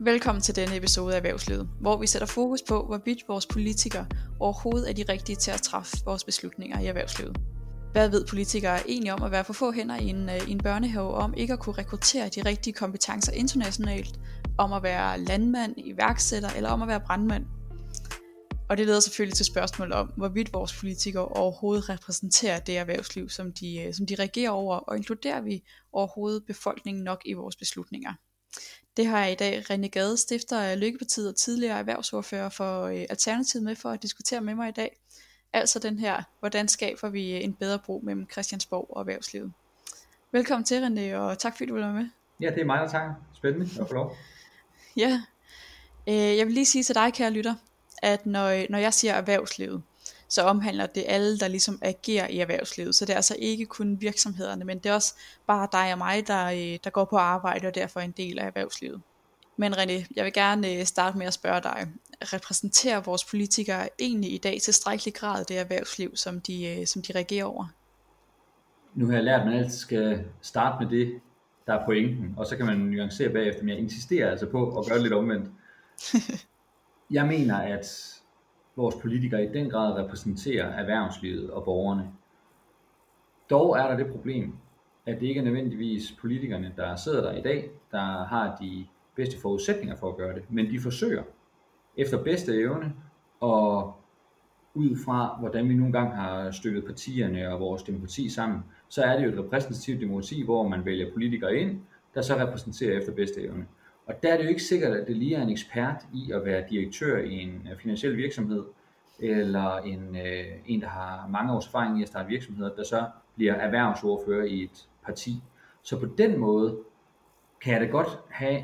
Velkommen til denne episode af Erhvervslivet, hvor vi sætter fokus på, hvorvidt vores politikere overhovedet er de rigtige til at træffe vores beslutninger i erhvervslivet. Hvad ved politikere egentlig om at være for få hænder i en børnehave, om ikke at kunne rekruttere de rigtige kompetencer internationalt, om at være landmand, iværksætter eller om at være brandmand? Og det leder selvfølgelig til spørgsmål om, hvorvidt vores politikere overhovedet repræsenterer det erhvervsliv, som de regerer over, og inkluderer vi overhovedet befolkningen nok i vores beslutninger. Det har jeg i dag René Gade, stifter af Lykkepartiet og tidligere erhvervsordfører for Alternativet med for at diskutere med mig i dag. Altså den her, hvordan skaber vi en bedre bro mellem Christiansborg og erhvervslivet. Velkommen til, René, og tak fordi du vil være med. Ja, det er mig, der takker. Spændende at få lov. Ja, jeg vil lige sige til dig, kære lytter, at når jeg siger erhvervslivet, så omhandler det alle, der ligesom agerer i erhvervslivet. Så det er altså ikke kun virksomhederne, men det er også bare dig og mig, der går på arbejde og derfor er en del af erhvervslivet. Men René, jeg vil gerne starte med at spørge dig. Repræsenterer vores politikere egentlig i dag tilstrækkelig grad det erhvervsliv, som de regerer over? Nu har jeg lært, at man altid skal starte med det, der er pointen, og så kan man nuancere bagefter, men jeg insisterer altså på at gøre det lidt omvendt. Jeg mener, at vores politikere i den grad repræsenterer erhvervslivet og borgerne. Dog er der det problem, at det ikke er nødvendigvis politikerne, der sidder der i dag, der har de bedste forudsætninger for at gøre det, men de forsøger efter bedste evne og ud fra, hvordan vi nogle gange har stykket partierne og vores demokrati sammen, så er det jo et repræsentativt demokrati, hvor man vælger politikere ind, der så repræsenterer efter bedste evne. Og der er det jo ikke sikkert, at det lige er en ekspert i at være direktør i en finansiel virksomhed, eller en der har mange års erfaring i at starte virksomheder, der så bliver erhvervsordfører i et parti. Så på den måde kan jeg da godt have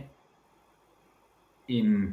en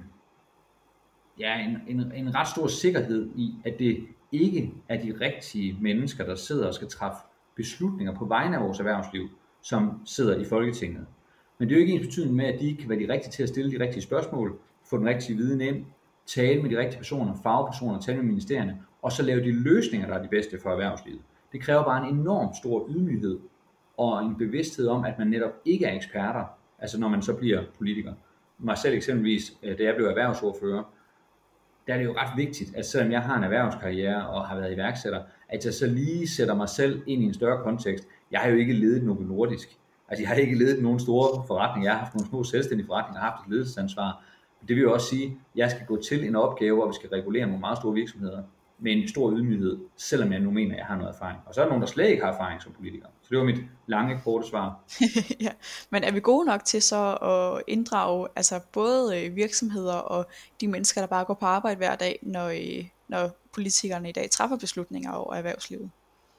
ret stor sikkerhed i, at det ikke er de rigtige mennesker, der sidder og skal træffe beslutninger på vegne af vores erhvervsliv, som sidder i Folketinget. Men det er jo ikke ens betydning med, at de ikke kan være de rigtige til at stille de rigtige spørgsmål, få den rigtige viden ind, tale med de rigtige personer, fagpersoner, tale med ministerierne, og så lave de løsninger, der er de bedste for erhvervslivet. Det kræver bare en enorm stor ydmyghed og en bevidsthed om, at man netop ikke er eksperter, altså når man så bliver politiker. Mig selv eksempelvis, da jeg blev erhvervsordfører, der er det jo ret vigtigt, at selvom jeg har en erhvervskarriere og har været iværksætter, at jeg så lige sætter mig selv ind i en større kontekst. Jeg har jo ikke ledet Novo Nordisk. Altså jeg har ikke ledet nogen store forretning. Jeg har haft nogle små selvstændige forretninger, jeg har haft et ledelsesansvar. Det vil jo også sige, at jeg skal gå til en opgave, hvor vi skal regulere nogle meget store virksomheder med en stor ydmyghed, selvom jeg nu mener, at jeg har noget erfaring. Og så er der nogen, der slet ikke har erfaring som politiker. Så det var mit lange, korte svar. Ja. Men er vi gode nok til så at inddrage altså både virksomheder og de mennesker, der bare går på arbejde hver dag, når politikerne i dag træffer beslutninger over erhvervslivet?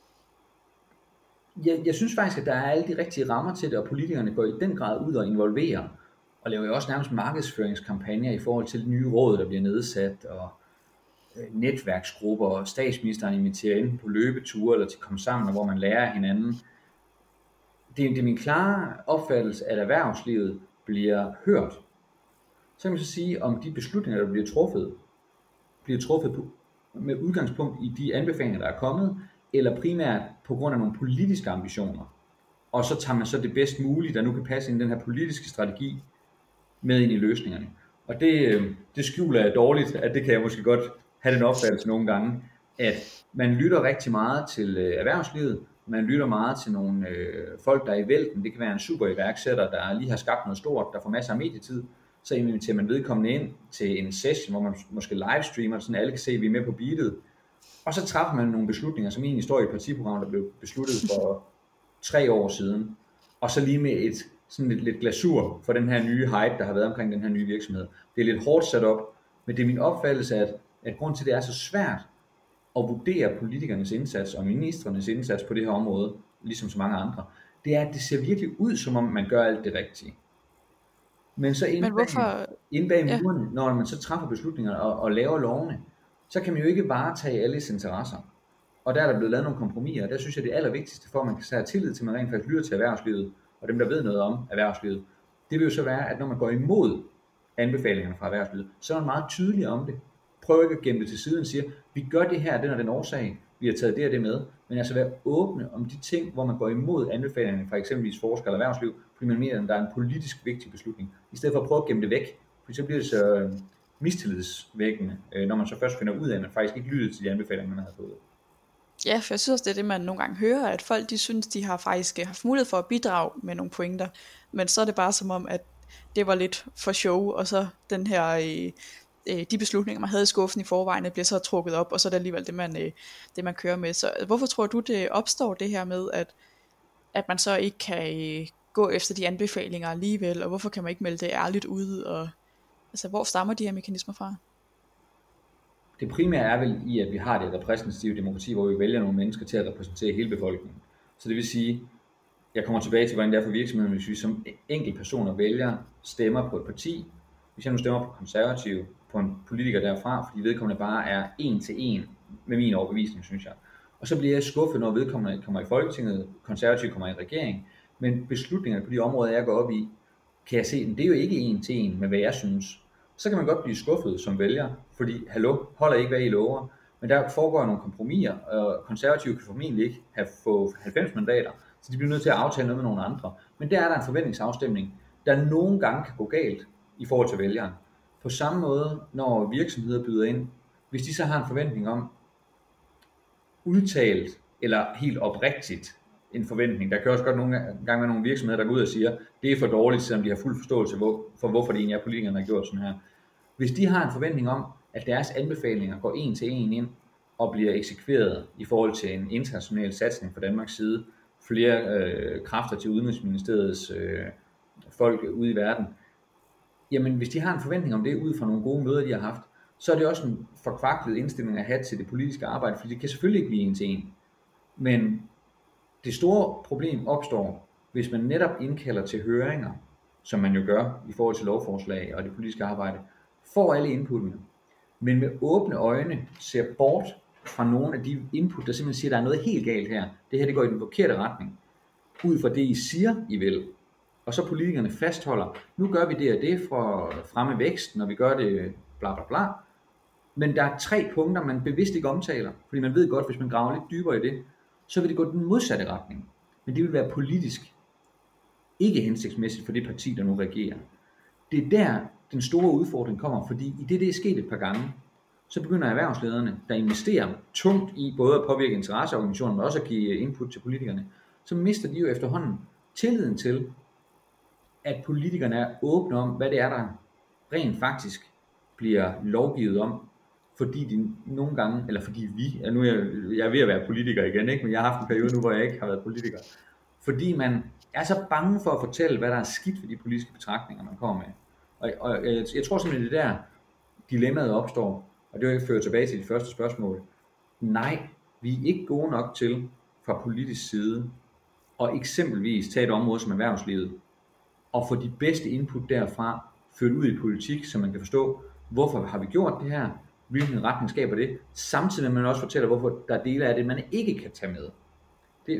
Jeg synes faktisk, at der er alle de rigtige rammer til det, og politikerne går i den grad ud og involverer, og laver jo også nærmest markedsføringskampagner i forhold til det nye råd, der bliver nedsat, og netværksgrupper, og statsministeren inviterer enten på løbeture, eller til at komme sammen, hvor man lærer hinanden. Det er min klare opfattelse, at erhvervslivet bliver hørt. Så kan man så sige, om de beslutninger, der bliver truffet med udgangspunkt i de anbefalinger, der er kommet, eller primært på grund af nogle politiske ambitioner. Og så tager man så det bedst mulige, der nu kan passe ind i den her politiske strategi, med ind i løsningerne. Og det skjuler jeg dårligt, at det kan jeg måske godt have den opfattelse nogle gange, at man lytter rigtig meget til erhvervslivet, man lytter meget til nogle folk, der er i vælten. Det kan være en super iværksætter, der lige har skabt noget stort, der får masser af medietid. Så inviterer man vedkommende ind til en session, hvor man måske livestreamer, så alle kan se, at vi er med på beatet. Og så træffer man nogle beslutninger, som egentlig står i et partiprogram, der blev besluttet for 3 år siden. Og så lige med sådan lidt glasur for den her nye hype, der har været omkring den her nye virksomhed. Det er lidt hårdt sat op, men det er min opfattelse, at grund til, at det er så svært at vurdere politikernes indsats og ministrenes indsats på det her område, ligesom så mange andre, det er, at det ser virkelig ud, som om man gør alt det rigtige. Men så inde bag murene, når man så træffer beslutninger og laver lovene, så kan man jo ikke varetage alles interesser. Og der er der blevet lavet nogle kompromiser, og der synes jeg, det allervigtigste for, at man kan have tillid til, at man rent faktisk lytter til erhvervslivet, og dem, der ved noget om erhvervslivet, det vil jo så være, at når man går imod anbefalingerne fra erhvervslivet, så er man meget tydelig om det. Prøv ikke at gemme det til siden og sige, vi gør det her, den og den årsag, vi har taget det og det med, men altså være åbne om de ting, hvor man går imod anbefalingerne fra eksempelvis forskere eller erhvervsliv, fordi man mener, at der er en politisk vigtig beslutning, i stedet for at prøve at gemme det væk, For så bliver det så mistillidsvækkende, når man så først finder ud af, at man faktisk ikke lyttede til de anbefalinger, man havde fået. Ja, for jeg synes også, det er det, man nogle gange hører, at folk de synes, de har faktisk haft mulighed for at bidrage med nogle pointer, men så er det bare som om, at det var lidt for show, og så den her, de beslutninger, man havde i skuffen i forvejen, bliver så trukket op, og så er det alligevel det, man kører med. Så hvorfor tror du, det opstår det her med, at man så ikke kan gå efter de anbefalinger alligevel, og hvorfor kan man ikke melde det ærligt ud, og altså, hvor stammer de her mekanismer fra? Det primære er vel i, at vi har det repræsentative demokrati, hvor vi vælger nogle mennesker til at repræsentere hele befolkningen. Så det vil sige, jeg kommer tilbage til, hvordan det er for virksomheden, hvis vi som enkeltpersoner vælger stemmer på et parti. Hvis jeg nu stemmer på konservative, på en politiker derfra, fordi vedkommende bare er en til en med min overbevisning, synes jeg. Og så bliver jeg skuffet, når vedkommende kommer i Folketinget, konservative kommer i regering, men beslutningerne på de områder, jeg går op i, kan jeg se, at det er jo ikke en til en med, hvad jeg synes. Så kan man godt blive skuffet som vælger, fordi, hallo, holder ikke, hvad I lover. Men der foregår nogle kompromiser, og konservative kan formentlig ikke få 90 mandater, så de bliver nødt til at aftale noget med nogle andre. Men der er der en forventningsafstemning, der nogle gange kan gå galt i forhold til vælgeren. På samme måde, når virksomheder byder ind, hvis de så har en forventning om, udtalt eller helt oprigtigt en forventning. Der kan også godt nogle gange være nogle virksomheder, der går ud og siger, det er for dårligt, selvom de har fuld forståelse for, hvorfor det egentlig er, politikerne har gjort sådan her. Hvis de har en forventning om, at deres anbefalinger går en til en ind og bliver eksekveret i forhold til en international satsning fra Danmarks side, flere kræfter til Udenrigsministeriets folk ude i verden, jamen hvis de har en forventning om det ud fra nogle gode møder, de har haft, så er det også en forkvaklet indstilling at have til det politiske arbejde, for det kan selvfølgelig ikke blive en til en. Men det store problem opstår, hvis man netop indkalder til høringer, som man jo gør i forhold til lovforslag og det politiske arbejde, får alle inputtene, men med åbne øjne ser bort fra nogle af de input, der simpelthen siger, at der er noget helt galt her. Det her det går i den forkerte retning. Ud fra det, I siger, I vil. Og så politikerne fastholder, nu gør vi det og det for at fremme væksten, og vi gør det bla bla bla. Men der er 3 punkter, man bevidst ikke omtaler, fordi man ved godt, hvis man graver lidt dybere i det, så vil det gå den modsatte retning. Men det vil være politisk ikke hensigtsmæssigt for det parti, der nu regerer. Det er der, den store udfordring kommer, fordi i det er sket et par gange, så begynder erhvervslederne, der investerer tungt i både at påvirke interesseorganisationer, men også at give input til politikerne, så mister de jo efterhånden tilliden til, at politikerne er åbne om, hvad det er, der rent faktisk bliver lovgivet om, fordi de nogle gange, eller fordi vi, nu er jeg ved at være politiker igen, ikke? Men jeg har haft en periode nu, hvor jeg ikke har været politiker, fordi man er så bange for at fortælle, hvad der er skidt ved de politiske betragtninger, man kommer med. Og jeg tror simpelthen, det der dilemmaet opstår, og det fører tilbage til de første spørgsmål. Nej, vi er ikke gode nok til fra politisk side at eksempelvis tage et område som erhvervslivet og få de bedste input derfra ført ud i politik, så man kan forstå, hvorfor har vi gjort det her, hvilken retning skaber det, samtidig med man også fortæller, hvorfor der er dele af det, man ikke kan tage med. Det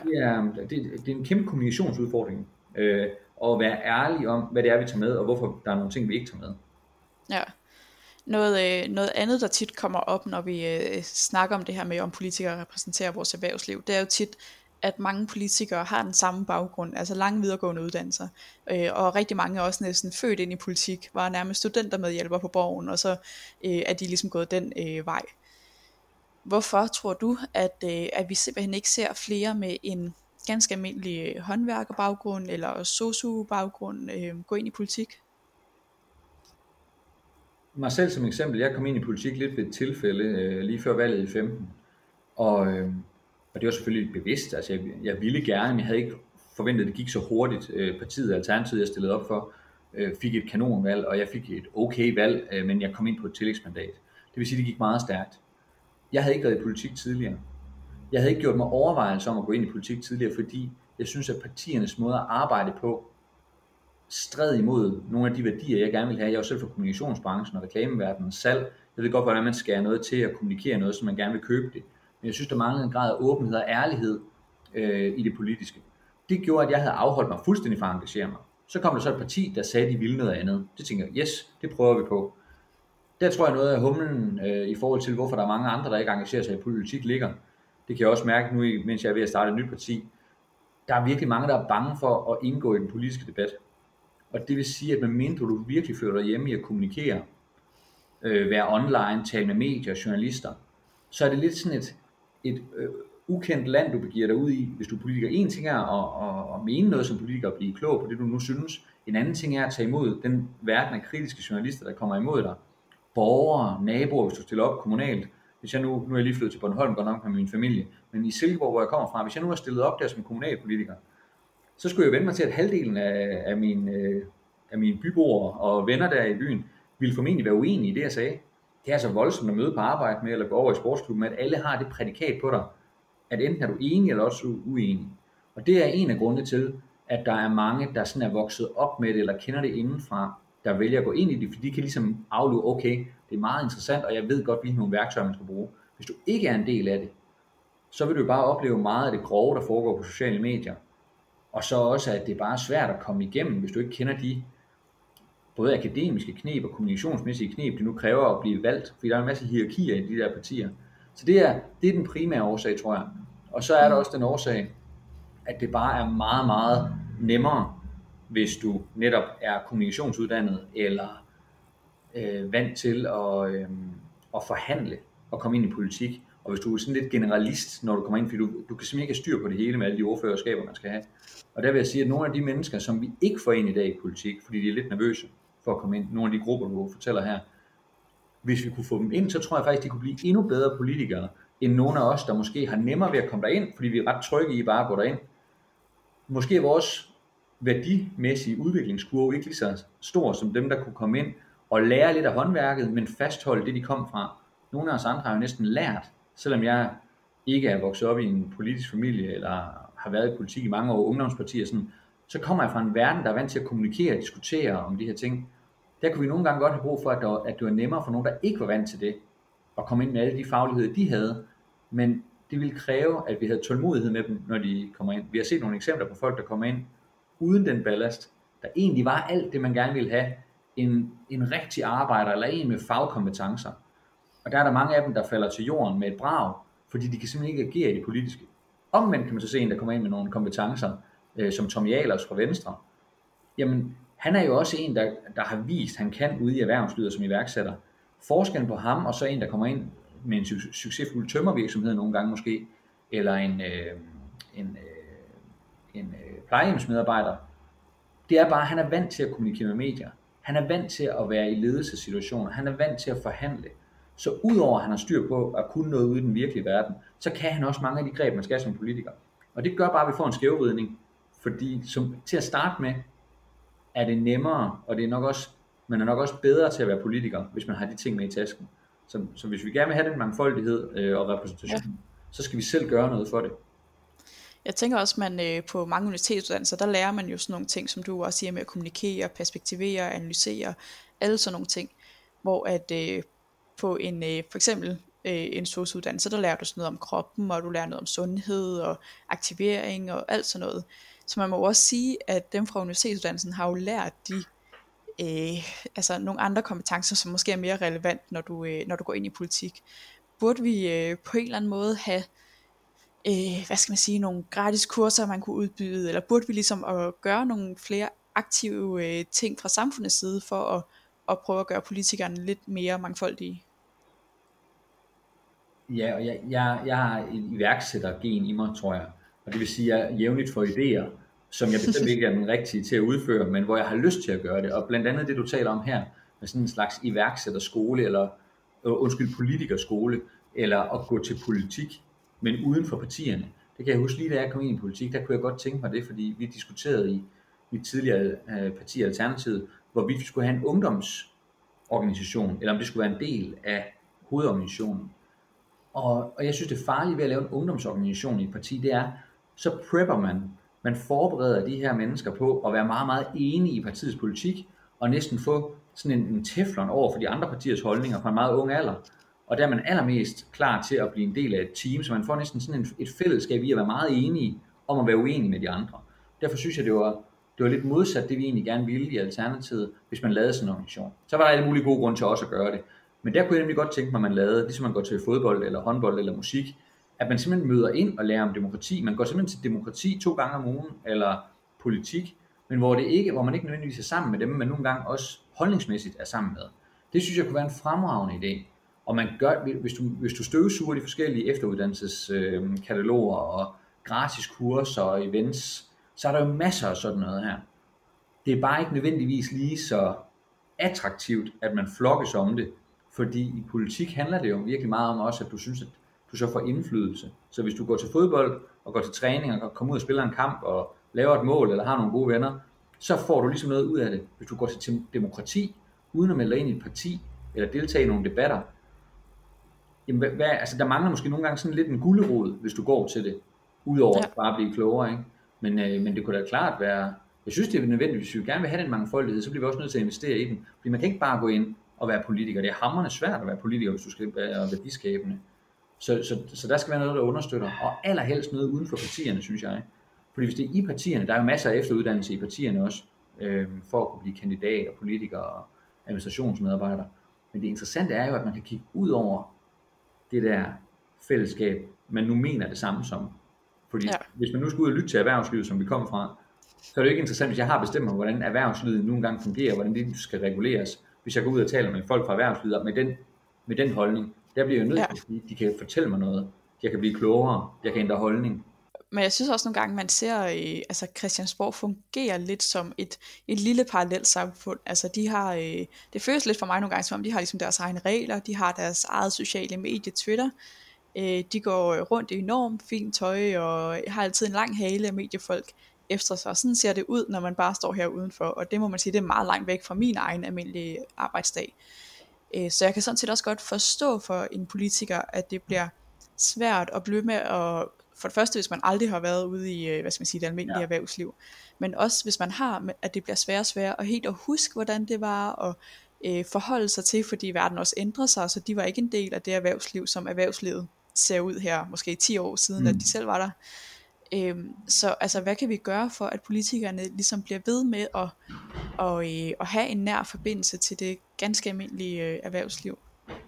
er en kæmpe kommunikationsudfordring, at være ærlig om, hvad det er, vi tager med, og hvorfor der er nogle ting, vi ikke tager med. Ja. Noget andet, der tit kommer op, når vi snakker om det her med, om politikere repræsenterer vores erhvervsliv, det er jo tit, at mange politikere har den samme baggrund, altså lange videregående uddannelser, og rigtig mange er også næsten født ind i politik, var nærmest studentermedhjælper på Borgen, og så er de ligesom gået den vej. Hvorfor tror du, at vi simpelthen ikke ser flere med en ganske almindelig håndværkerbaggrund eller sosu-baggrund gå ind i politik? Mig selv som eksempel, jeg kom ind i politik lidt ved et tilfælde, lige før valget i 15, og det var selvfølgelig bevidst, altså jeg ville gerne, men jeg havde ikke forventet, at det gik så hurtigt. Partiet Alternativet, jeg stillede op for, fik et kanonvalg, og jeg fik et okay valg, men jeg kom ind på et tillægsmandat. Det vil sige, at det gik meget stærkt. Jeg havde ikke været i politik tidligere. Jeg havde ikke gjort mig overvejelser om at gå ind i politik tidligere, fordi jeg synes, at partiernes måde at arbejde på stred imod nogle af de værdier, jeg gerne vil have. Jeg er jo selv fra kommunikationsbranchen og reklameverdenen, salg. Jeg ved godt, hvordan man skærer noget til at kommunikere noget, så man gerne vil købe det. Men jeg synes, der manglede en grad af åbenhed og ærlighed i det politiske. Det gjorde, at jeg havde afholdt mig fuldstændig fra at engagere mig. Så kom der så et parti, der sagde, at de ville noget andet. Det tænker jeg, yes, det prøver vi på. Der tror jeg noget af humlen i forhold til, hvorfor der er mange andre, der ikke engagerer sig i politik, ligger. Det kan jeg også mærke nu, mens jeg er ved at starte et nyt parti. Der er virkelig mange, der er bange for at indgå i den politiske debat. Og det vil sige, at medmindre du virkelig føler dig hjemme i at kommunikere, være online, tale med medier, journalister, så er det lidt sådan et ukendt land, du begiver dig ud i, hvis du er politiker. En ting er at mene noget som politiker og blive klog på det, du nu synes. En anden ting er at tage imod den verden af kritiske journalister, der kommer imod dig. Borgere, naboer, hvis du stiller op kommunalt. Hvis jeg nu er jeg lige flyttet til Bornholm, godt nok med min familie, men i Silkeborg, hvor jeg kommer fra, hvis jeg nu har stillet op der som kommunalpolitiker, så skulle jeg vende mig til, at halvdelen af mine byboere og venner der i byen ville formentlig være uenige i det, jeg sagde. Det er altså voldsomt at møde på arbejde med, eller gå over i sportsklubben, at alle har det prædikat på dig, at enten er du enig eller også uenig. Og det er en af grundene til, at der er mange, der sådan er vokset op med det, eller kender det indenfra, der vælger at gå ind i det, for de kan ligesom aflure, okay, det er meget interessant, og jeg ved godt, hvilke nogle værktøjer man skal bruge. Hvis du ikke er en del af det, så vil du bare opleve meget af det grove, der foregår på sociale medier. Og så også, at det er bare svært at komme igennem, hvis du ikke kender de både akademiske kneb og kommunikationsmæssige kneb, det nu kræver at blive valgt, fordi der er en masse hierarkier i de der partier. Så det er den primære årsag, tror jeg. Og så er der også den årsag, at det bare er meget, meget nemmere, hvis du netop er kommunikationsuddannet, eller vant til at forhandle og komme ind i politik. Og hvis du er sådan lidt generalist, når du kommer ind, fordi du kan simpelthen ikke have styr på det hele med alle de ordførerskaber, man skal have. Og der vil jeg sige, at nogle af de mennesker, som vi ikke får ind i dag i politik, fordi de er lidt nervøse for at komme ind, nogle af de grupper, du fortæller her, hvis vi kunne få dem ind, så tror jeg faktisk, de kunne blive endnu bedre politikere, end nogle af os, der måske har nemmere ved at komme derind, fordi vi er ret trygge i bare at gå derind. Måske er vores værdimæssige udviklingskurve ikke lige så stor som dem, der kunne komme ind og lære lidt af håndværket, men fastholde det, de kom fra. Nogle af os andre har jo næsten lært, selvom jeg ikke er vokset op i en politisk familie, eller har været i politik i mange år, ungdomspartier, sådan, så kommer jeg fra en verden, der er vant til at kommunikere og diskutere om de her ting. Der kunne vi nogle gange godt have brug for, at det var nemmere for nogen, der ikke var vant til det, at komme ind med alle de fagligheder, de havde, men det ville kræve, at vi havde tålmodighed med dem, når de kommer ind. Vi har set nogle eksempler på folk, der kommer ind uden den ballast, der egentlig var alt det, man gerne ville have, en rigtig arbejder, eller en med fagkompetencer. Og der er der mange af dem, der falder til jorden med et brag, fordi de kan simpelthen ikke agere i det politiske. Omvendt kan man så se en, der kommer ind med nogle kompetencer, som Tommy Ahlers fra Venstre. Jamen, han er jo også en, der har vist, han kan ude i erhvervslivet som iværksætter. Forskellen på ham, og så en, der kommer ind med en succesfuld tømmervirksomhed nogle gange måske, eller en plejehjemsmedarbejder, det er bare, at han er vant til at kommunikere med medier. Han er vant til at være i ledelsessituationer. Han er vant til at forhandle. Så udover at han har styr på at kunne noget ude i den virkelige verden, så kan han også mange af de greb, man skal som politiker. Og det gør bare, at vi får en skævvridning. Fordi til at starte med, er det nemmere, og det er nok også, man er nok også bedre til at være politiker, hvis man har de ting med i tasken. Så hvis vi gerne vil have den mangfoldighed og repræsentation, så skal vi selv gøre noget for det. Jeg tænker også, at man på mange universitetsuddannelser, der lærer man jo sådan nogle ting, som du også siger med at kommunikere, perspektivere, analysere, alle sådan nogle ting. Hvor at på for eksempel en sosu-uddannelse, der lærer du sådan noget om kroppen, og du lærer noget om sundhed og aktivering og alt sådan noget. Så man må også sige, at dem fra universitetsuddannelsen har jo lært altså nogle andre kompetencer, som måske er mere relevant, når du går ind i politik. Burde vi på en eller anden måde have nogle gratis kurser, man kunne udbyde, eller burde vi ligesom at gøre nogle flere aktive ting fra samfundets side for at prøve at gøre politikerne lidt mere mangfoldige? Ja, og jeg har en iværksættergen i mig, tror jeg. Og det vil sige, at jeg jævnligt får idéer, som jeg bestemt ikke er den rigtige til at udføre, men hvor jeg har lyst til at gøre det. Og blandt andet det, du taler om her, med sådan en slags iværksætterskole, eller politikerskole, eller at gå til politik, men uden for partierne. Det kan jeg huske lige, da jeg kom ind i politik, der kunne jeg godt tænke mig det, fordi vi diskuterede i mit tidligere parti Alternativet, hvorvidt vi skulle have en ungdomsorganisation, eller om det skulle være en del af hovedorganisationen. Og jeg synes, det farlige ved at lave en ungdomsorganisation i et parti, det er, så prepper man forbereder de her mennesker på at være meget, meget enige i partiets politik, og næsten få sådan en teflon over for de andre partiers holdninger fra en meget ung alder. Og der er man allermest klar til at blive en del af et team, så man får næsten sådan et fællesskab i at være meget enige om at være uenige med de andre. Derfor synes jeg, det var lidt modsat det, vi egentlig gerne ville i Alternativet, hvis man lavede sådan en organisation. Så var der alle mulige gode grunde til også at gøre det. Men der kunne jeg nemlig godt tænke mig, at man lavede, ligesom man går til fodbold eller håndbold eller musik, at man simpelthen møder ind og lærer om demokrati. Man går simpelthen til demokrati 2 gange om ugen, eller politik, men hvor man ikke nødvendigvis er sammen med dem, men nogle gange også holdningsmæssigt er sammen med. Det synes jeg kunne være en fremragende idé. Og man gør, hvis du støvsuger de forskellige efteruddannelseskataloger og gratis kurser og events, så er der jo masser af sådan noget her. Det er bare ikke nødvendigvis lige så attraktivt, at man flokkes om det, fordi i politik handler det jo virkelig meget om også, at du synes, at du så får indflydelse. Så hvis du går til fodbold og går til træning og kommer ud og spiller en kamp og laver et mål eller har nogle gode venner, så får du ligesom noget ud af det. Hvis du går til demokrati uden at melde dig ind i et parti eller deltage i nogle debatter, jamen, altså der mangler måske nogle gange sådan lidt en gulerod, hvis du går til det, udover at bare blive klogere, ikke? Men det kunne da klart være, jeg synes det er nødvendigt, hvis vi gerne vil have den mangfoldighed, så bliver vi også nødt til at investere i den, fordi man kan ikke bare gå ind og være politiker, det er hamrende svært at være politiker, hvis du skal være værdiskabende, så der skal være noget, der understøtter, og allerhelst noget uden for partierne, synes jeg, fordi hvis det er i partierne, der er jo masser af efteruddannelse i partierne også, for at kunne blive kandidat og politiker og administrationsmedarbejder, men det interessante er jo, at man kan kigge ud over det der fællesskab, man nu mener det samme som. Fordi hvis man nu skal ud og lytte til erhvervslivet, som vi kommer fra, så er det jo ikke interessant, hvis jeg har bestemt mig, hvordan erhvervslivet nogle gange fungerer, hvordan det skal reguleres. Hvis jeg går ud og taler med folk fra erhvervslivet med den holdning, der bliver jeg nødt til, at de kan fortælle mig noget. Jeg kan blive klogere, jeg kan ændre holdning. Men jeg synes også nogle gange, man ser, altså Christiansborg fungerer lidt som et lille parallelt samfund. Altså de har, det føles lidt for mig nogle gange, som om de har ligesom deres egne regler, de har deres eget sociale medie, Twitter. De går rundt i enormt fint tøj, og har altid en lang hale af mediefolk efter sig. Sådan ser det ud, når man bare står her udenfor, og det må man sige, det er meget langt væk fra min egen almindelige arbejdsdag. Så jeg kan sådan set også godt forstå for en politiker, at det bliver svært at blive med at, for det første, hvis man aldrig har været ude i, hvad skal man sige, det almindelige erhvervsliv, men også hvis man har, at det bliver sværere og sværere, og helt at huske, hvordan det var, og forholde sig til, fordi verden også ændrer sig, så de var ikke en del af det erhvervsliv, som erhvervslivet ser ud her, måske 10 år siden, at de selv var der. Så altså, hvad kan vi gøre for, at politikerne ligesom bliver ved med at have en nær forbindelse til det ganske almindelige erhvervsliv?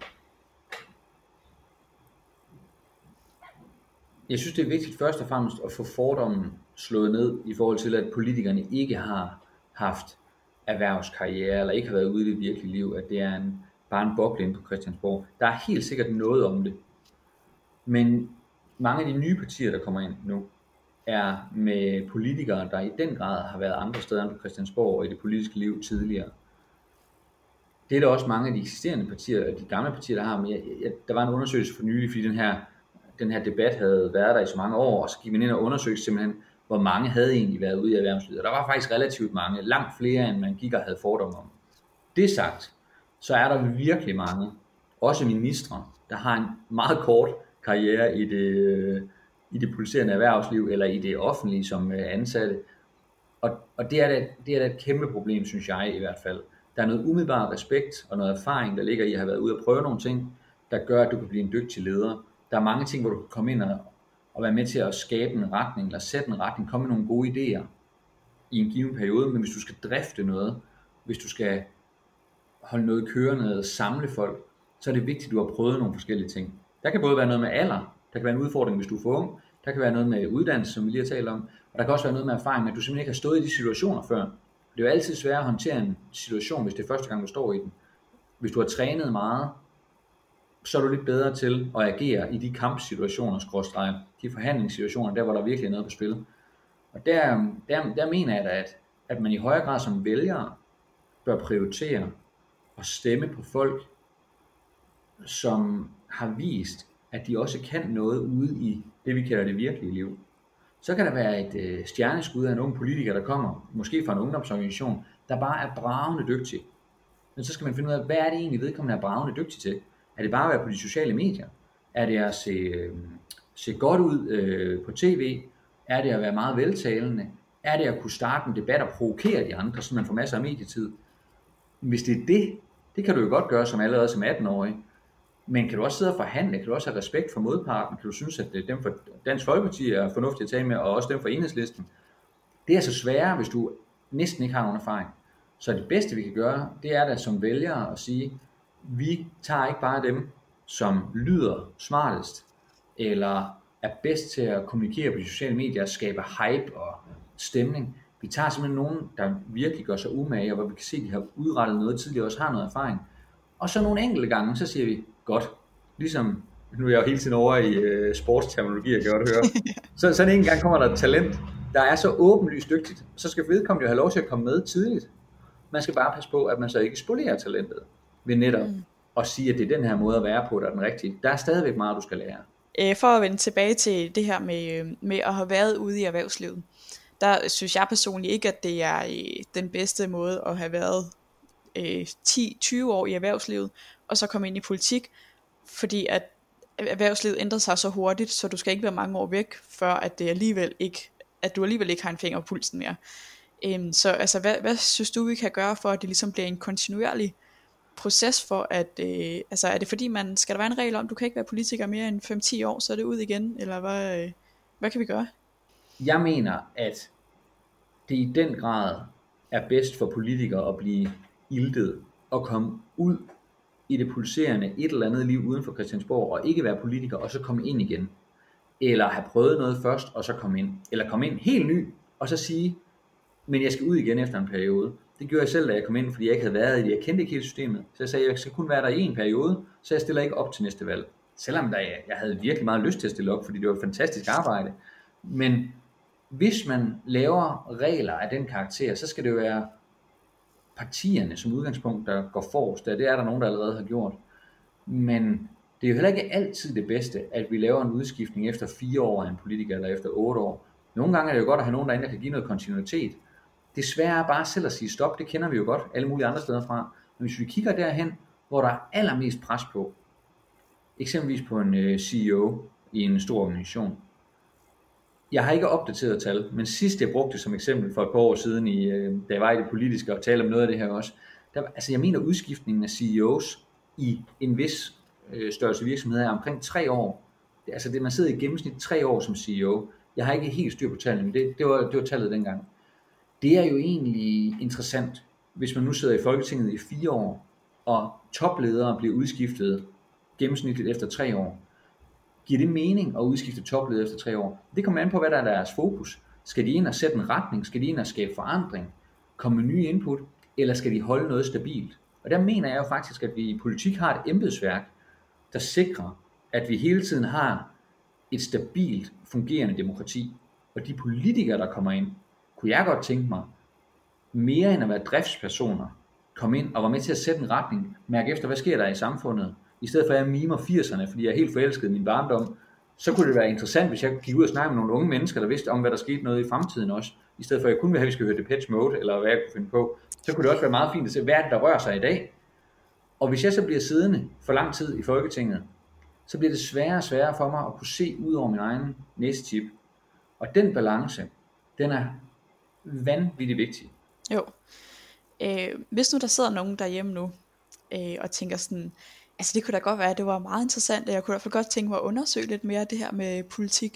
Jeg synes, det er vigtigt først og fremmest at få fordommen slået ned i forhold til, at politikerne ikke har haft erhvervskarriere, eller ikke har været ude i det virkelige liv, at det er bare en boble inde på Christiansborg. Der er helt sikkert noget om det. Men mange af de nye partier, der kommer ind nu, er med politikere, der i den grad har været andre steder end på Christiansborg og i det politiske liv tidligere. Det er der også mange af de eksisterende partier, de gamle partier, der har. Men der var en undersøgelse for nylig, fordi den her debat havde været der i så mange år, og så gik man ind og undersøgte simpelthen, hvor mange havde egentlig været ude i erhvervslivet. Og der var faktisk relativt mange, langt flere, end man gik og havde fordomme om. Det sagt, så er der virkelig mange, også ministre, der har en meget kort karriere i det pulserende erhvervsliv, eller i det offentlige som ansatte. Og det er da et kæmpe problem, synes jeg i hvert fald. Der er noget umiddelbar respekt og noget erfaring, der ligger i at have været ude og prøve nogle ting, der gør, at du kan blive en dygtig leder. Der er mange ting, hvor du kan komme ind og være med til at skabe en retning, eller sætte en retning, komme med nogle gode idéer i en given periode, men hvis du skal drifte noget, hvis du skal holde noget kørende og samle folk, så er det vigtigt, at du har prøvet nogle forskellige ting. Der kan både være noget med alder, der kan være en udfordring, hvis du er for ung, der kan være noget med uddannelse, som vi lige har talt om, og der kan også være noget med erfaring med, at du simpelthen ikke har stået i de situationer før. Det er jo altid svært at håndtere en situation, hvis det er første gang, du står i den. Hvis du har trænet meget, så er du lidt bedre til at agere i de kampsituationer, de forhandlingssituationer, der hvor der virkelig er noget på spil. Og der mener jeg da, at man i højere grad som vælgere bør prioritere at stemme på folk, som har vist, at de også kan noget ude i det, vi kalder det virkelige liv. Så kan der være et stjerneskud af en ung politiker, der kommer, måske fra en ungdomsorganisation, der bare er bravende dygtig. Men så skal man finde ud af, hvad er det egentlig vedkommende er bravende dygtig til? Er det bare at være på de sociale medier? Er det at se godt ud på tv? Er det at være meget veltalende? Er det at kunne starte en debat og provokere de andre, så man får masser af medietid? Hvis det er det kan du jo godt gøre allerede som 18-årig. Men kan du også sidde og forhandle? Kan du også have respekt for modparten? Kan du synes, at dem for Dansk Folkeparti er fornuftigt at tale med, og også dem for Enhedslisten? Det er så sværere, hvis du næsten ikke har nogen erfaring. Så det bedste, vi kan gøre, det er da som vælgere at sige, vi tager ikke bare dem, som lyder smartest, eller er bedst til at kommunikere på de sociale medier, skabe hype og stemning. Vi tager simpelthen nogen, der virkelig gør sig umage, og hvor vi kan se, at de har udrettet noget tidligere, også har noget erfaring. Og så nogle enkelte gange, så siger vi, godt, ligesom, nu er jeg jo hele tiden over i sportsterminologi, jeg kan godt høre, så sådan en gang kommer der et talent, der er så åbenlyst dygtigt, så skal vedkommende jo have lov til at komme med tidligt. Man skal bare passe på, at man så ikke spolerer talentet ved netop at sige, at det er den her måde at være på, der er den rigtige. Der er stadigvæk meget, du skal lære. For at vende tilbage til det her med at have været ude i erhvervslivet, der synes jeg personligt ikke, at det er den bedste måde at have været 10-20 år i erhvervslivet, og så komme ind i politik, fordi at erhvervslivet ændrer sig så hurtigt, så du skal ikke være mange år væk, før at du alligevel ikke har en finger på pulsen mere. Så altså, hvad synes du, vi kan gøre for, at det ligesom bliver en kontinuerlig proces for, at altså, er det fordi, skal der være en regel om, du kan ikke være politiker mere end 5-10 år, så er det ud igen, eller hvad kan vi gøre? Jeg mener, at det i den grad er bedst for politikere at blive iltet og komme ud i det pulserende et eller andet liv uden for Christiansborg, og ikke være politiker, og så komme ind igen. Eller have prøvet noget først, og så komme ind. Eller komme ind helt ny, og så sige, men jeg skal ud igen efter en periode. Det gjorde jeg selv, da jeg kom ind, fordi jeg ikke havde været i det. Jeg kendte ikke hele systemet. Så jeg sagde, jeg skal kun være der i en periode, så jeg stiller ikke op til næste valg. Selvom jeg havde virkelig meget lyst til at stille op, fordi det var et fantastisk arbejde. Men hvis man laver regler af den karakter, så skal det jo være partierne som udgangspunkt, der går forrest. Det er der nogen, der allerede har gjort. Men det er jo heller ikke altid det bedste, at vi laver en udskiftning efter 4 år af en politiker, eller efter 8 år. Nogle gange er det jo godt at have nogen derinde, der kan give noget kontinuitet. Det svære er bare selv at sige stop, det kender vi jo godt alle mulige andre steder fra. Men hvis vi kigger derhen, hvor der er allermest pres på, eksempelvis på en CEO i en stor organisation. Jeg har ikke opdateret tal, men sidst jeg brugte det som eksempel for et par år siden, da jeg var i det politiske og talte om noget af det her også, jeg mener udskiftningen af CEOs i en vis størrelse virksomhed er omkring 3 år. Man sidder i gennemsnit 3 år som CEO. Jeg har ikke helt styr på tallene, men det var tallet dengang. Det er jo egentlig interessant, hvis man nu sidder i Folketinget i 4 år, og topledere bliver udskiftet gennemsnitligt efter 3 år. Giver det mening at udskifte topledere efter 3 år? Det kommer an på, hvad der er deres fokus. Skal de ind og sætte en retning? Skal de ind og skabe forandring? Komme med nye input? Eller skal de holde noget stabilt? Og der mener jeg jo faktisk, at vi i politik har et embedsværk, der sikrer, at vi hele tiden har et stabilt fungerende demokrati. Og de politikere, der kommer ind, kunne jeg godt tænke mig, mere end at være driftspersoner, komme ind og være med til at sætte en retning, mærke efter, hvad sker der i samfundet, i stedet for at jeg mimer 80'erne, fordi jeg er helt forelsket i min barndom, så kunne det være interessant, hvis jeg gik ud og snakkede med nogle unge mennesker, der vidste om, hvad der skete noget i fremtiden også, i stedet for at jeg kun ville have, at vi skal høre Depeche Mode, eller hvad jeg kunne finde på, så kunne det også være meget fint at se, hvad er det, der rører sig i dag. Og hvis jeg så bliver siddende for lang tid i Folketinget, så bliver det sværere og sværere for mig at kunne se ud over min egen næsetip. Og den balance, den er vanvittigt vigtig. Jo. Hvis nu der sidder nogen derhjemme nu, og tænker sådan, altså det kunne da godt være, at det var meget interessant, og jeg kunne i hvert fald godt tænke mig at undersøge lidt mere det her med politik.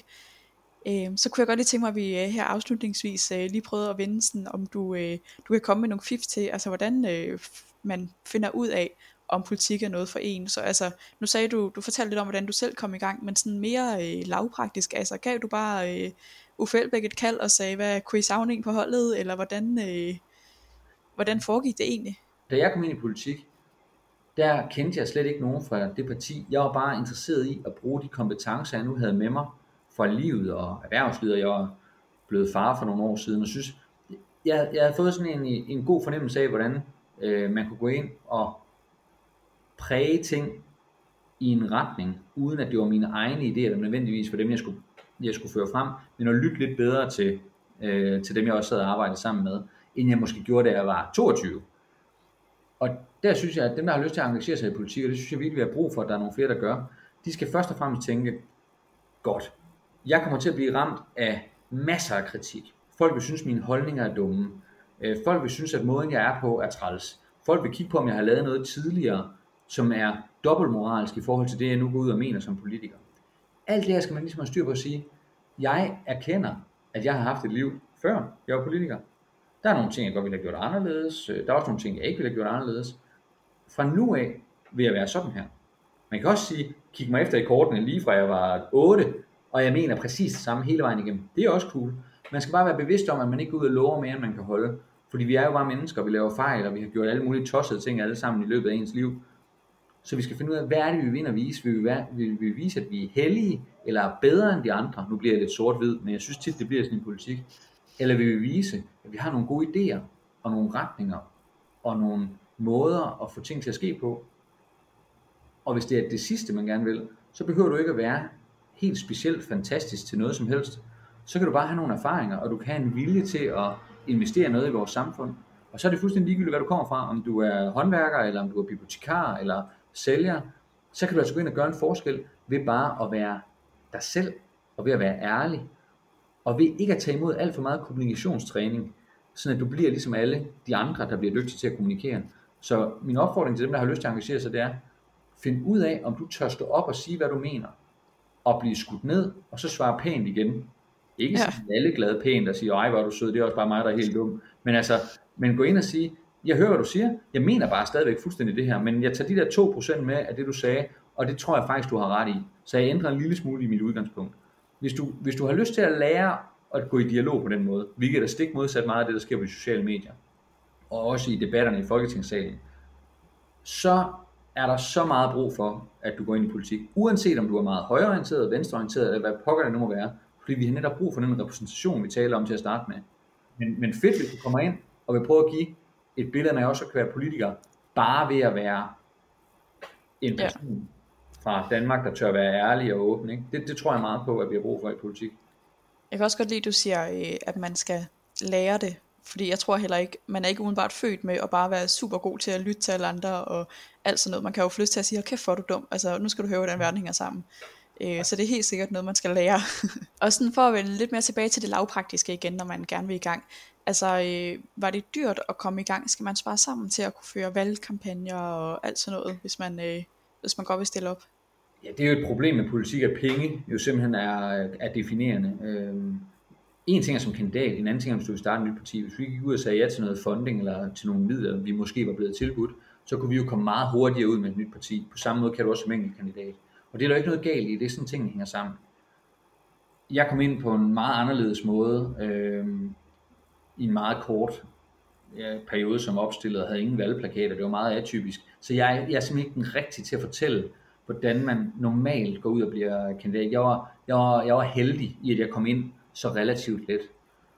Så kunne jeg godt lige tænke mig, at vi her afslutningsvis lige prøvede at vende sådan, om du kan komme med nogle fif til, altså hvordan man finder ud af, om politik er noget for en. Så altså, nu sagde du fortalte lidt om, hvordan du selv kom i gang, men sådan mere lavpraktisk, altså gav du bare Uffe Elbæk et kald og sagde, hvad kunne I savne en på holdet, eller hvordan foregik det egentlig? Da jeg kom ind i politik, der kendte jeg slet ikke nogen fra det parti. Jeg var bare interesseret i at bruge de kompetencer, jeg nu havde med mig fra livet og erhvervslivet. Jeg var blevet far for nogle år siden, og synes, jeg havde fået sådan en god fornemmelse af, hvordan man kunne gå ind og præge ting i en retning, uden at det var mine egne idéer, der nødvendigvis for dem, jeg skulle føre frem, men at lytte lidt bedre til dem, jeg også sad og arbejdede sammen med, end jeg måske gjorde, da jeg var 22. Og der synes jeg, at dem, der har lyst til at engagere sig i politik, og det synes jeg virkelig, vi har brug for, at der er nogle flere, der gør, de skal først og fremmest tænke, godt, jeg kommer til at blive ramt af masser af kritik. Folk vil synes, mine holdninger er dumme. Folk vil synes, at måden, jeg er på, er træls. Folk vil kigge på, om jeg har lavet noget tidligere, som er dobbeltmoralsk i forhold til det, jeg nu går ud og mener som politiker. Alt det her skal man ligesom have styr på at sige, jeg erkender, at jeg har haft et liv før jeg var politiker. Der er nogle ting, jeg godt ville have gjort anderledes. Der er også nogle ting, jeg ikke ville have gjort anderledes. Fra nu af vil jeg være sådan her. Man kan også sige, kig mig efter i kortene lige fra jeg var 8, og jeg mener præcis det samme hele vejen igennem. Det er også cool. Man skal bare være bevidst om, at man ikke går ud og lover mere, end man kan holde. Fordi vi er jo bare mennesker, vi laver fejl, og vi har gjort alle mulige tossede ting alle sammen i løbet af ens liv. Så vi skal finde ud af, hvad er det, vi vil ind og vise? Vil vi vise, at vi er hellige, eller er bedre end de andre? Nu bliver det lidt sort-hvid, men jeg synes tit, det bliver sådan en politik. Eller vil vi vise, at vi har nogle gode idéer, og nogle retninger, og nogle måder at få ting til at ske på? Og hvis det er det sidste, man gerne vil, så behøver du ikke at være helt specielt fantastisk til noget som helst. Så kan du bare have nogle erfaringer, og du kan have en vilje til at investere noget i vores samfund. Og så er det fuldstændig ligegyldigt, hvad du kommer fra. Om du er håndværker, eller om du er bibliotekar, eller sælger. Så kan du altså gå ind og gøre en forskel ved bare at være dig selv, og ved at være ærlig. Og ved ikke at tage imod alt for meget kommunikationstræning, sådan at du bliver ligesom alle de andre, der bliver dygtige til at kommunikere. Så min opfordring til dem, der har lyst til at engagere sig, det er, find ud af, om du tør stå op og sige, hvad du mener, og blive skudt ned, og så svare pænt igen. Ikke sådan alle glade pænt og sige, ej hvor er du sød, det er også bare mig, der er helt dum. Men gå ind og sige, jeg hører, hvad du siger, jeg mener bare stadigvæk fuldstændig det her, men jeg tager de der 2% med af det, du sagde, og det tror jeg faktisk, du har ret i. Så jeg ændrer en lille smule i mit udgangspunkt. Hvis du har lyst til at lære at gå i dialog på den måde, hvilket er stik modsat meget af det, der sker på de sociale medier, og også i debatterne i Folketingssalen, så er der så meget brug for, at du går ind i politik, uanset om du er meget højreorienteret, venstreorienteret, eller hvad pokker det nu må være, fordi vi har netop brug for den repræsentation, vi taler om til at starte med. Men fedt, hvis du kommer ind og vil prøve at give et billede af, at jeg også kan være politiker, bare ved at være en person fra Danmark, der tør være ærlig og åben. Ikke? Det tror jeg meget på, at vi har brug for i politik. Jeg kan også godt lide, at du siger, at man skal lære det. Fordi jeg tror heller ikke, man er ikke umiddelbart født med at bare være super god til at lytte til alle andre og alt sådan noget. Man kan jo få lyst til at sige, kæft hvor er du dum, altså nu skal du høre, hvordan verden hænger sammen. Så det er helt sikkert noget, man skal lære. Og sådan for at vende lidt mere tilbage til det lavpraktiske igen, når man gerne vil i gang. Altså var det dyrt at komme i gang? Skal man spare sammen til at kunne føre valgkampagner og alt sådan noget, hvis man godt vil stille op? Ja, det er jo et problem med politik, at penge jo simpelthen er definerende. En ting er som kandidat, en anden ting er, hvis du vil starte et nyt parti. Hvis vi gik ud og sagde ja til noget funding, eller til nogle midler, vi måske var blevet tilbudt, så kunne vi jo komme meget hurtigere ud med et nyt parti. På samme måde kan du også som enkelt kandidat. Og det er der ikke noget galt i, det er sådan tingene hænger sammen. Jeg kom ind på en meget anderledes måde, i en meget kort periode som opstillet, og havde ingen valgplakater, det var meget atypisk. Så jeg er simpelthen ikke den rigtige til at fortælle, hvordan man normalt går ud og bliver kandidat. Jeg var heldig i, at jeg kom ind så relativt let.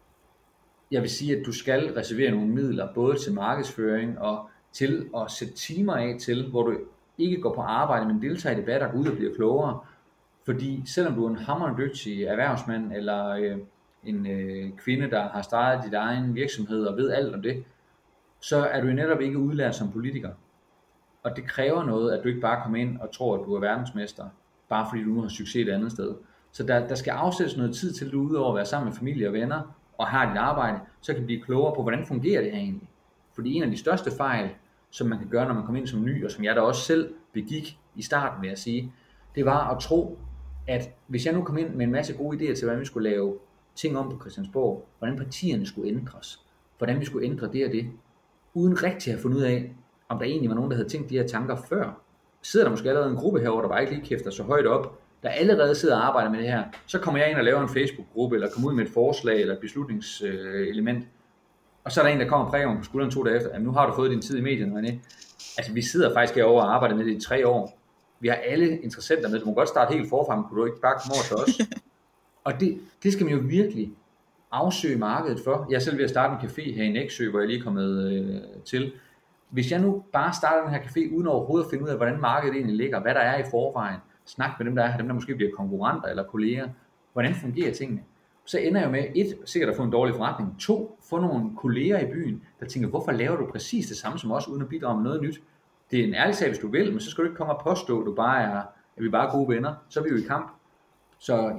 Jeg vil sige, at du skal reservere nogle midler, både til markedsføring og til at sætte timer af til, hvor du ikke går på arbejde, men deltager i debatter og går ud og bliver klogere. Fordi selvom du er en hammerende dygtig erhvervsmand, eller en kvinde, der har startet dit egen virksomhed og ved alt om det, så er du netop ikke udlært som politiker. Og det kræver noget, at du ikke bare kommer ind og tror, at du er verdensmester, bare fordi du nu har succes et andet sted. Så der skal afsættes noget tid til, at du udover at være sammen med familie og venner, og har dit arbejde, så kan du blive klogere på, hvordan fungerer det her egentlig. Fordi en af de største fejl, som man kan gøre, når man kommer ind som ny, og som jeg da også selv begik i starten, vil jeg sige, det var at tro, at hvis jeg nu kom ind med en masse gode idéer til, hvordan vi skulle lave ting om på Christiansborg, hvordan partierne skulle ændres, hvordan vi skulle ændre det og det, uden rigtig at have fundet ud af, om der egentlig var nogen, der havde tænkt de her tanker før. Sidder der måske allerede en gruppe herovre, der bare ikke lige kæfter så højt op, der allerede sidder og arbejder med det her, så kommer jeg ind og laver en Facebook-gruppe, eller kommer ud med et forslag, eller et beslutningselement, og så er der en, der kommer og præger om på skulderen 2 dage efter, at nu har du fået din tid i medierne, René. Altså vi sidder faktisk herovre og arbejder med det i 3 år. Vi har alle interessenter med, du må godt starte helt forfra, men kunne du ikke bare komme over til os? Og det skal man jo virkelig afsøge markedet for. Jeg er selv ved at starte en café her i Nexø, hvor jeg lige er kommet til. Hvis jeg nu bare starter den her café, uden overhovedet at finde ud af, hvordan markedet egentlig ligger, hvad der er i forvejen, snak med dem, der er her, dem der måske bliver konkurrenter eller kolleger, hvordan fungerer tingene, så ender jeg med 1, sikkert at få en dårlig forretning, 2, få nogle kolleger i byen, der tænker, hvorfor laver du præcis det samme som os, uden at bidrage med noget nyt? Det er en ærlig sag, hvis du vil, men så skal du ikke komme og påstå, at vi bare er gode venner, så er vi jo i kamp. Så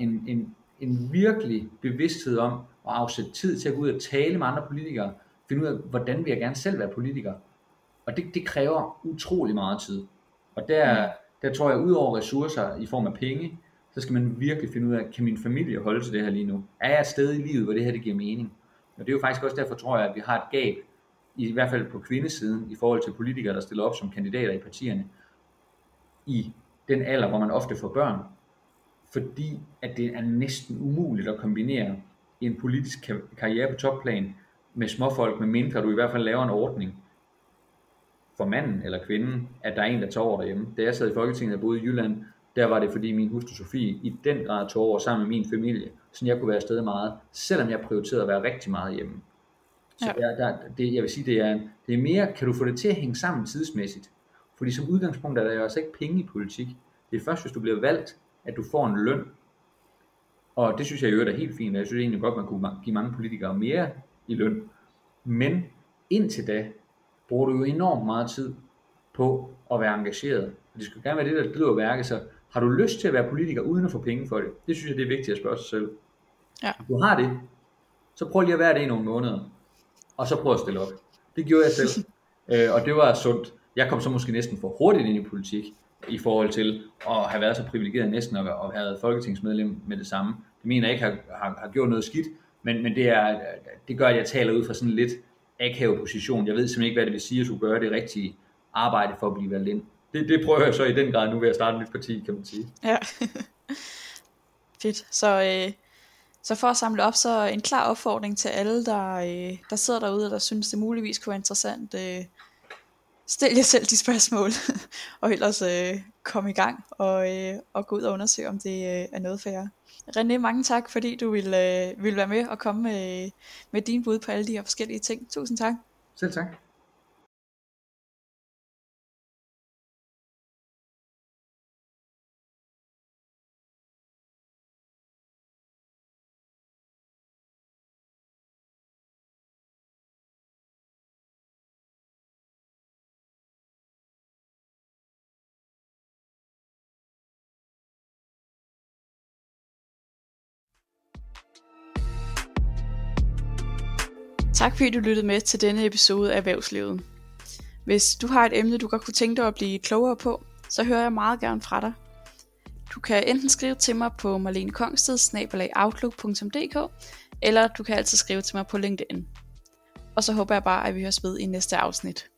en virkelig bevidsthed om at afsætte tid til at gå ud og tale med andre politikere, finde ud af, hvordan vil jeg gerne selv være politiker. Og det kræver utrolig meget tid. Og der tror jeg, ud over ressourcer i form af penge, så skal man virkelig finde ud af, kan min familie holde til det her lige nu? Er jeg et sted i livet, hvor det her det giver mening? Og det er jo faktisk også derfor, tror jeg, at vi har et gab, i hvert fald på kvindesiden, i forhold til politikere, der stiller op som kandidater i partierne, i den alder, hvor man ofte får børn. Fordi at det er næsten umuligt at kombinere en politisk karriere på topplan med småfolk, med mindre du i hvert fald laver en ordning for manden eller kvinden, at der er en, der tager over derhjemme. Da jeg sad i Folketinget og boede i Jylland, der var det fordi min hustru Sofie i den grad tog over sammen med min familie, så jeg kunne være afsted meget, selvom jeg prioriterede at være rigtig meget hjemme. Så det, jeg vil sige, det er mere, kan du få det til at hænge sammen tidsmæssigt? Fordi som udgangspunkt er der jo altså ikke penge i politik. Det er først, hvis du bliver valgt, at du får en løn. Og det synes jeg jo er helt fint, og jeg synes egentlig godt, man kunne give mange politikere mere i løn. Men indtil da, bruger du jo enormt meget tid på at være engageret. Og det skal gerne være det, der driver værket. Så har du lyst til at være politiker uden at få penge for det? Det synes jeg, det er vigtigt at spørge sig selv. Ja. Hvis du har det, så prøv lige at være det i nogle måneder. Og så prøv at stille op. Det gjorde jeg selv. Og det var sundt. Jeg kom så måske næsten for hurtigt ind i politik, i forhold til at have været så privilegeret næsten at have været folketingsmedlem med det samme. Det mener jeg ikke har gjort noget skidt, men det gør, at jeg taler ud fra sådan lidt akavet position. Jeg ved simpelthen ikke, hvad det vil sige, at du gør det rigtige arbejde for at blive valgt ind. Det prøver jeg så i den grad nu ved at starte et nyt parti, kan man sige. Ja, fedt. Så for at samle op, så en klar opfordring til alle, der sidder derude, og der synes, det muligvis kunne være interessant. Stil jer selv de spørgsmål, og ellers kom i gang og gå ud og undersøge, om det er noget for jer. René, mange tak, fordi du ville være med og komme med dine bud på alle de her forskellige ting. Tusind tak. Selv tak. Tak fordi du lyttede med til denne episode af Erhvervslivet. Hvis du har et emne, du godt kunne tænke dig at blive klogere på, så hører jeg meget gerne fra dig. Du kan enten skrive til mig på marlenekongsted@outlook.dk, eller du kan altid skrive til mig på LinkedIn. Og så håber jeg bare, at vi høres ved i næste afsnit.